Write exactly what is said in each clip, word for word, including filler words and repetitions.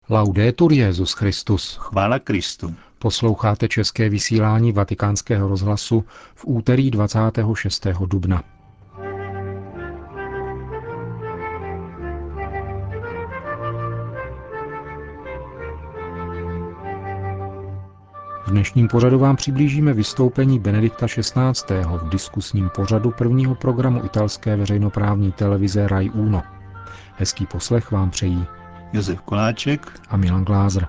Laudetur Jesus Christus. Chvála Kristu. Posloucháte české vysílání Vatikánského rozhlasu v úterý dvacátého šestého dubna. V dnešním pořadu vám přiblížíme vystoupení Benedikta šestnáctého v diskusním pořadu prvního programu italské veřejnoprávní televize Rai Uno. Hezký poslech vám přejí Josef Koláček a Milan Glázer.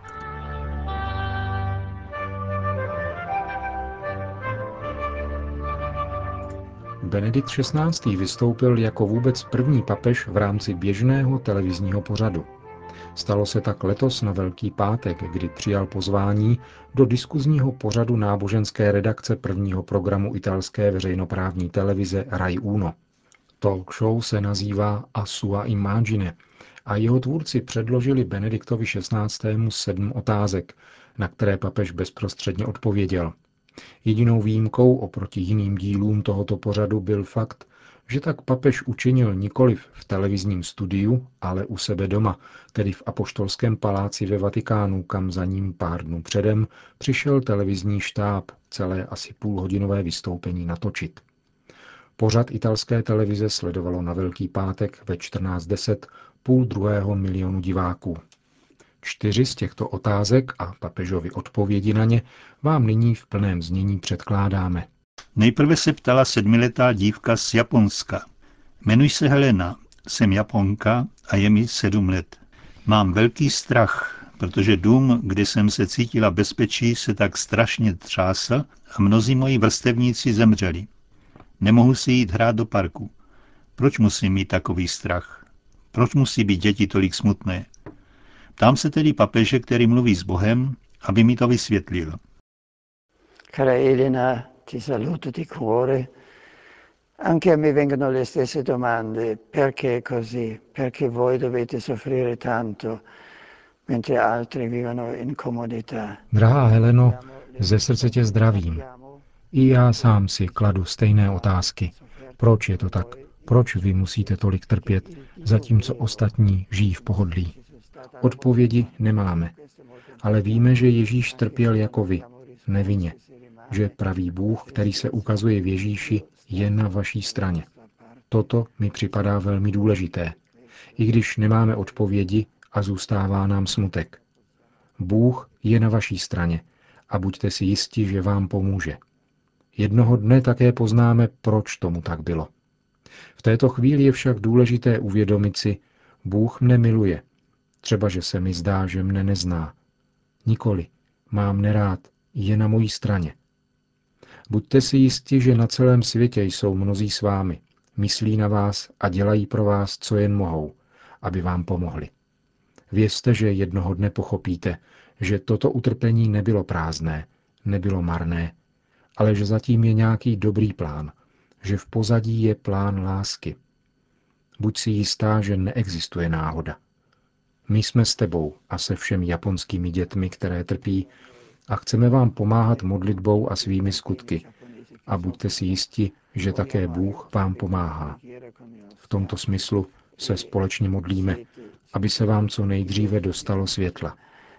Benedikt šestnáctý vystoupil jako vůbec první papež v rámci běžného televizního pořadu. Stalo se tak letos na Velký pátek, kdy přijal pozvání do diskuzního pořadu náboženské redakce prvního programu italské veřejnoprávní televize Rai Uno. Talk show se nazývá A sua immagine a jeho tvůrci předložili Benediktovi šestnáctému sedm otázek, na které papež bezprostředně odpověděl. Jedinou výjimkou oproti jiným dílům tohoto pořadu byl fakt, že tak papež učinil nikoliv v televizním studiu, ale u sebe doma, tedy v Apoštolském paláci ve Vatikánu, kam za ním pár dnů předem přišel televizní štáb celé asi půlhodinové vystoupení natočit. Pořad italské televize sledovalo na Velký pátek ve čtrnáct deset půl druhého milionu diváků. Čtyři z těchto otázek a papežovy odpovědi na ně vám nyní v plném znění předkládáme. Nejprve se ptala sedmiletá dívka z Japonska. Jmenuji se Helena, jsem Japonka a je mi sedm let. Mám velký strach, protože dům, kde jsem se cítila bezpečí, se tak strašně třásl a mnozí moji vrstevníci zemřeli. Nemohu si jít hrát do parku. Proč musím mít takový strach? Proč musí být děti tolik smutné? Ptám se tedy papeže, který mluví s Bohem, aby mi to vysvětlil. Cara Elena, ti saluto di cuore. Anche a me vengono le stesse domande. Perché così? Perché voi dovete soffrire tanto, mentre altri vivono in comodità? Drahá Heleno, ze srdce tě zdravím. I já sám si kladu stejné otázky. Proč je to tak? Proč vy musíte tolik trpět, zatímco ostatní žijí v pohodlí? Odpovědi nemáme, ale víme, že Ježíš trpěl jako vy, nevinně, že pravý Bůh, který se ukazuje v Ježíši, je na vaší straně. Toto mi připadá velmi důležité, i když nemáme odpovědi a zůstává nám smutek. Bůh je na vaší straně a buďte si jisti, že vám pomůže. Jednoho dne také poznáme, proč tomu tak bylo. V této chvíli je však důležité uvědomit si, Bůh mne miluje. Třeba, že se mi zdá, že mne nezná. Nikoli, mám nerád, je na mojí straně. Buďte si jisti, že na celém světě jsou mnozí s vámi, myslí na vás a dělají pro vás, co jen mohou, aby vám pomohli. Vězte, že jednoho dne pochopíte, že toto utrpení nebylo prázdné, nebylo marné, ale že zatím je nějaký dobrý plán, že v pozadí je plán lásky. Buď si jistá, že neexistuje náhoda. My jsme s tebou a se všemi japonskými dětmi, které trpí, a chceme vám pomáhat modlitbou a svými skutky. A buďte si jisti, že také Bůh vám pomáhá. V tomto smyslu se společně modlíme, aby se vám co nejdříve dostalo světla.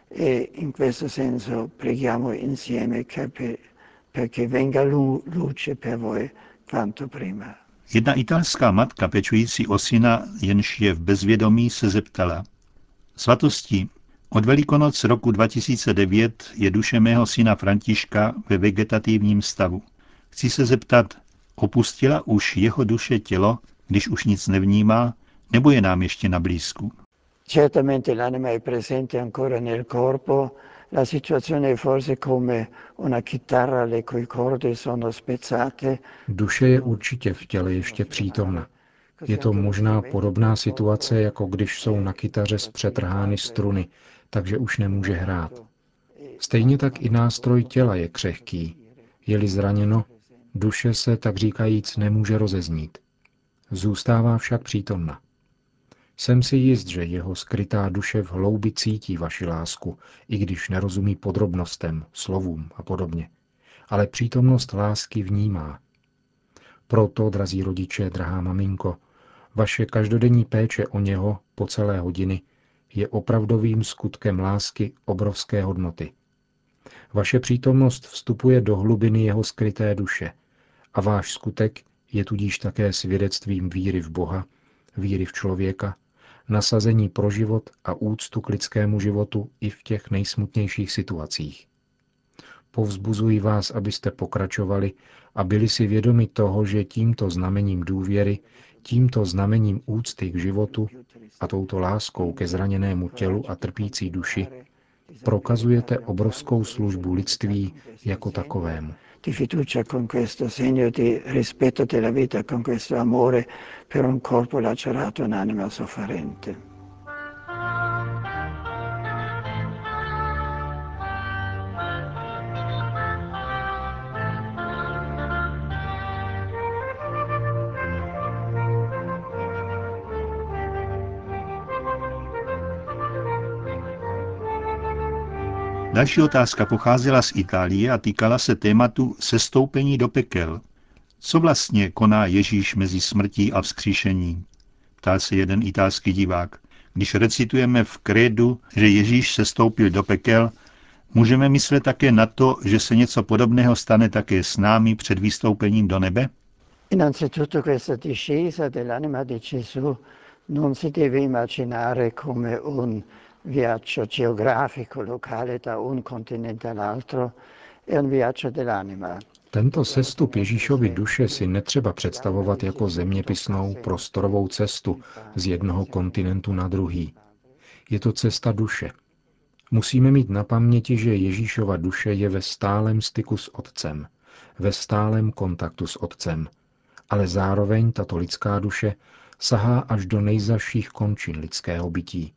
Jedna italská matka pečující o syna, jenž je v bezvědomí, se zeptala: Svatosti, od Velikonoc roku dva tisíce devět je duše mého syna Františka ve vegetativním stavu. Chci se zeptat, opustila už jeho duše tělo, když už nic nevnímá, nebo je nám ještě na blízku? Certamente l'anima è presente ancora nel corpo, la situazione è forse come una chitarra le cui corde sono spezzate. Duše je určitě v těle ještě přítomna. Je to možná podobná situace, jako když jsou na kytaře zpřetrhány struny, takže už nemůže hrát. Stejně tak i nástroj těla je křehký. Je-li zraněno, duše se, tak říkajíc, nemůže rozeznít. Zůstává však přítomna. Jsem si jist, že jeho skrytá duše v hloubi cítí vaši lásku, i když nerozumí podrobnostem, slovům a podobně. Ale přítomnost lásky vnímá. Proto, drazí rodiče, drahá maminko, vaše každodenní péče o něho po celé hodiny je opravdovým skutkem lásky obrovské hodnoty. Vaše přítomnost vstupuje do hlubiny jeho skryté duše a váš skutek je tudíž také svědectvím víry v Boha, víry v člověka, nasazení pro život a úctu k lidskému životu i v těch nejsmutnějších situacích. Povzbuzuji vás, abyste pokračovali a byli si vědomi toho, že tímto znamením důvěry, tímto znamením úcty k životu a touto láskou ke zraněnému tělu a trpící duši prokazujete obrovskou službu lidství jako takovému. Di fiducia con questo segno di rispetto della vita, con questo amore per un corpo lacerato e un'anima sofferente. Další otázka pocházela z Itálie a týkala se tématu sestoupení do pekel. Co vlastně koná Ježíš mezi smrtí a vzkříšení? Ptá se jeden italský divák. Když recitujeme v krédu, že Ježíš sestoupil do pekel, můžeme myslet také na to, že se něco podobného stane také s námi před vystoupením do nebe? Innanzitutto questa discesa dell'anima di Gesù non si deve immaginare come un viaggio geografico locale da un continente all'altro, è un viaggio dell'anima. Tento sestup Ježíšovy duše si netřeba představovat jako zeměpisnou prostorovou cestu z jednoho kontinentu na druhý. Je to cesta duše. Musíme mít na paměti, že Ježíšova duše je ve stálem styku s Otcem, ve stálem kontaktu s Otcem, ale zároveň tato lidská duše sahá až do nejzazších končin lidského bytí.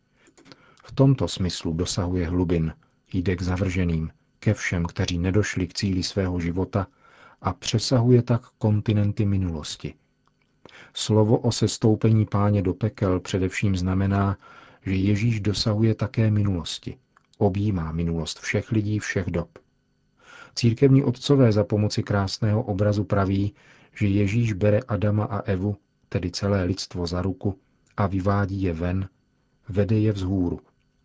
V tomto smyslu dosahuje hlubin, jde k zavrženým, ke všem, kteří nedošli k cíli svého života a přesahuje tak kontinenty minulosti. Slovo o sestoupení Páně do pekel především znamená, že Ježíš dosahuje také minulosti, objímá minulost všech lidí všech dob. Církevní otcové za pomoci krásného obrazu praví, že Ježíš bere Adama a Evu, tedy celé lidstvo, za ruku a vyvádí je ven, vede je vzhůru.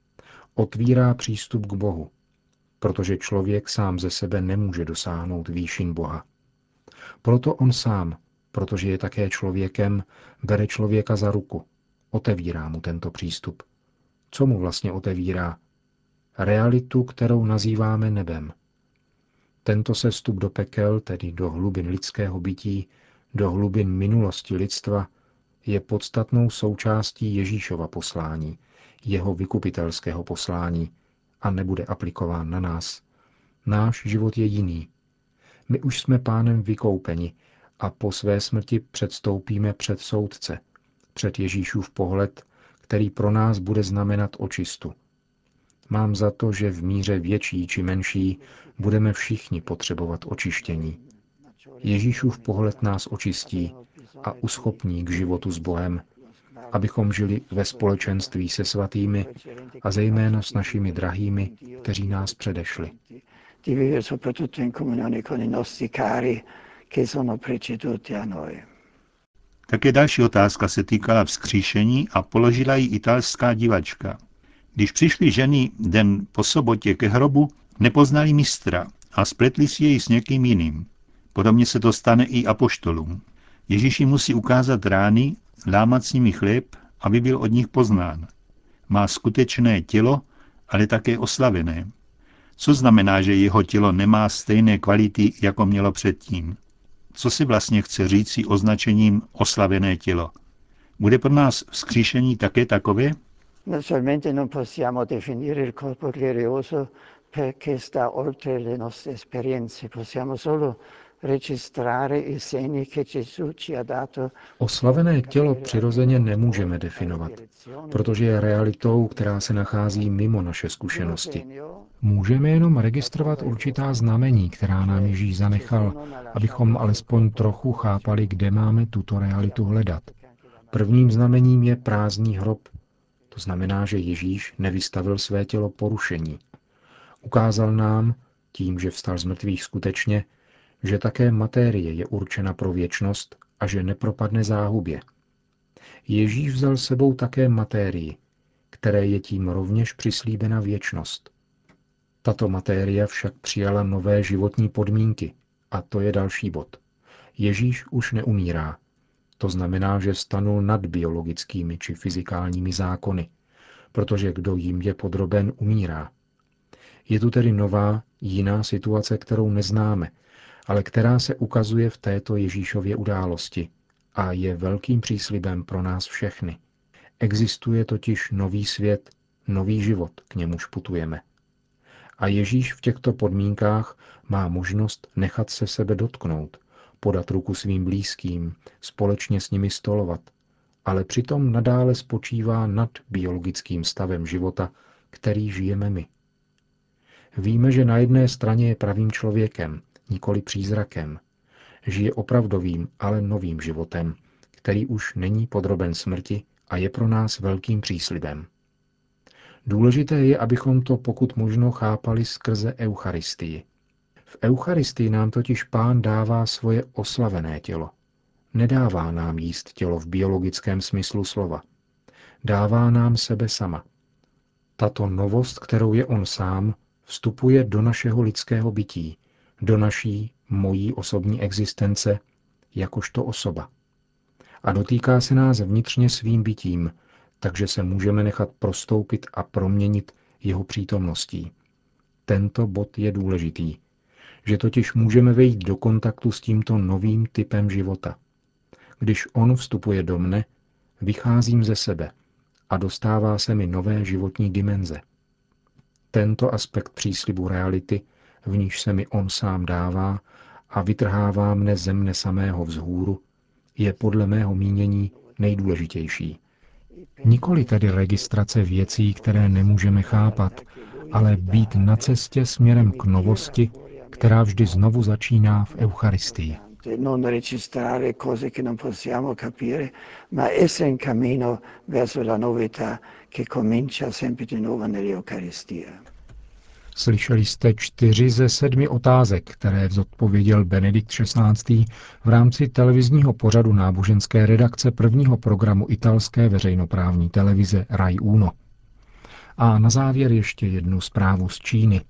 Otvírá přístup k Bohu, protože člověk sám ze sebe nemůže dosáhnout výšin Boha. Proto on sám, protože je také člověkem, bere člověka za ruku, otevírá mu tento přístup. Co mu vlastně otevírá? Realitu, kterou nazýváme nebem. Tento sestup do pekel, tedy do hlubin lidského bytí, do hlubin minulosti lidstva, je podstatnou součástí Ježíšova poslání, jeho vykupitelského poslání a nebude aplikován na nás. Náš život je jiný. My už jsme Pánem vykoupeni a po své smrti předstoupíme před soudce, před Ježíšův pohled, který pro nás bude znamenat očistu. Mám za to, že v míře větší či menší budeme všichni potřebovat očištění. Ježíšův pohled nás očistí a uschopní k životu s Bohem, abychom žili ve společenství se svatými a zejména s našimi drahými, kteří nás předešli. Také další otázka se týkala vzkříšení a položila ji italská divačka. Když přišly ženy den po sobotě ke hrobu, nepoznali mistra a spletli si jej s někým jiným. Podobně se to stane i apoštolům. Ježíš jim musí ukázat rány, lámat s nimi chléb, aby byl od nich poznán. Má skutečné tělo, ale také oslavené. Co znamená, že jeho tělo nemá stejné kvality, jako mělo předtím? Co si vlastně chce říci označením oslavené tělo? Bude pro nás vzkříšení také takové? Naturalmente non possiamo definire il corpo glorioso perché sta oltre le nostre esperienze, possiamo solo registrare i segni che Gesù ci ha dato. Oslavené tělo přirozeně nemůžeme definovat, protože je realitou, která se nachází mimo naše zkušenosti. Můžeme jenom registrovat určitá znamení, která nám Ježíš zanechal, abychom alespoň trochu chápali, kde máme tuto realitu hledat. Prvním znamením je prázdný hrob. To znamená, že Ježíš nevystavil své tělo porušení. Ukázal nám, tím, že vstal z mrtvých skutečně, že také materie je určena pro věčnost a že nepropadne záhubě. Ježíš vzal sebou také materii, které je tím rovněž přislíbena věčnost. Tato matérie však přijala nové životní podmínky, a to je další bod. Ježíš už neumírá. To znamená, že stanul nad biologickými či fyzikálními zákony, protože kdo jim je podroben, umírá. Je tu tedy nová, jiná situace, kterou neznáme, ale která se ukazuje v této Ježíšově události a je velkým příslibem pro nás všechny. Existuje totiž nový svět, nový život, k němuž putujeme. A Ježíš v těchto podmínkách má možnost nechat se sebe dotknout, podat ruku svým blízkým, společně s nimi stolovat, ale přitom nadále spočívá nad biologickým stavem života, který žijeme my. Víme, že na jedné straně je pravým člověkem, nikoli přízrakem. Žije opravdovým, ale novým životem, který už není podroben smrti a je pro nás velkým příslibem. Důležité je, abychom to pokud možno chápali skrze Eucharistii. V Eucharistii nám totiž Pán dává svoje oslavené tělo. Nedává nám jíst tělo v biologickém smyslu slova. Dává nám sebe sama. Tato novost, kterou je on sám, vstupuje do našeho lidského bytí, do naší, mojí osobní existence, jakožto osoba. A dotýká se nás vnitřně svým bytím, takže se můžeme nechat prostoupit a proměnit jeho přítomností. Tento bod je důležitý, že totiž můžeme vejít do kontaktu s tímto novým typem života. Když on vstupuje do mne, vycházím ze sebe a dostává se mi nové životní dimenze. Tento aspekt příslibu reality, v níž se mi on sám dává a vytrhává mne ze mne samého vzhůru, je podle mého mínění nejdůležitější. Nikoli tedy registrace věcí, které nemůžeme chápat, ale být na cestě směrem k novosti, která vždy znovu začíná v Eucharistii. Non registrare cose che non possiamo capire, ma essere in cammino verso la novità che comincia sempre di nuovo nell'Eucaristia. Slyšeli jste čtyři ze sedmi otázek, které zodpověděl Benedikt šestnáctý. v rámci televizního pořadu náboženské redakce prvního programu italské veřejnoprávní televize Rai Uno. A na závěr ještě jednu zprávu z Číny.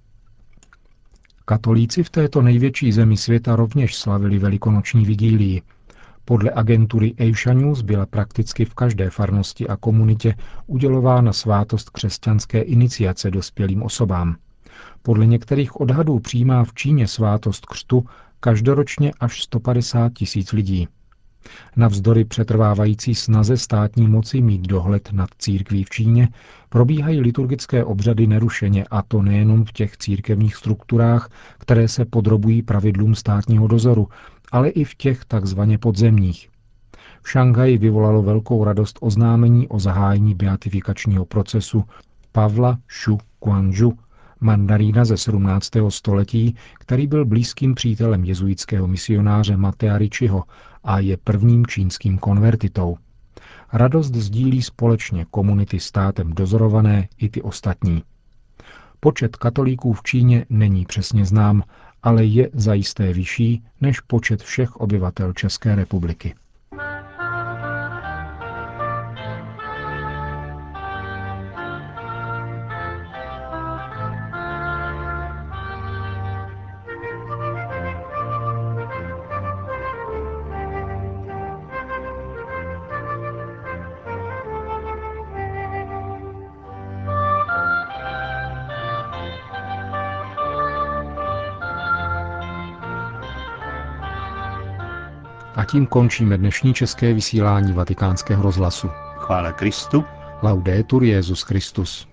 Katolíci v této největší zemi světa rovněž slavili velikonoční vigílii. Podle agentury Asia News byla prakticky v každé farnosti a komunitě udělována svátost křesťanské iniciace dospělým osobám. Podle některých odhadů přijímá v Číně svátost křtu každoročně až sto padesát tisíc lidí. Navzdory přetrvávající snaze státní moci mít dohled nad církví v Číně, probíhají liturgické obřady nerušeně, a to nejenom v těch církevních strukturách, které se podrobují pravidlům státního dozoru, ale i v těch takzvaně podzemních. V Šanghaji vyvolalo velkou radost oznámení o zahájení beatifikačního procesu Pavla Shu Guangzhu, mandarína ze sedmnáctého století, který byl blízkým přítelem jezuitského misionáře Matea Ricciho a je prvním čínským konvertitou. Radost sdílí společně komunity státem dozorované i ty ostatní. Počet katolíků v Číně není přesně znám, ale je zajisté vyšší než počet všech obyvatel České republiky. A tím končíme dnešní české vysílání Vatikánského rozhlasu. Chvála Kristu. Laudetur Jesus Christus.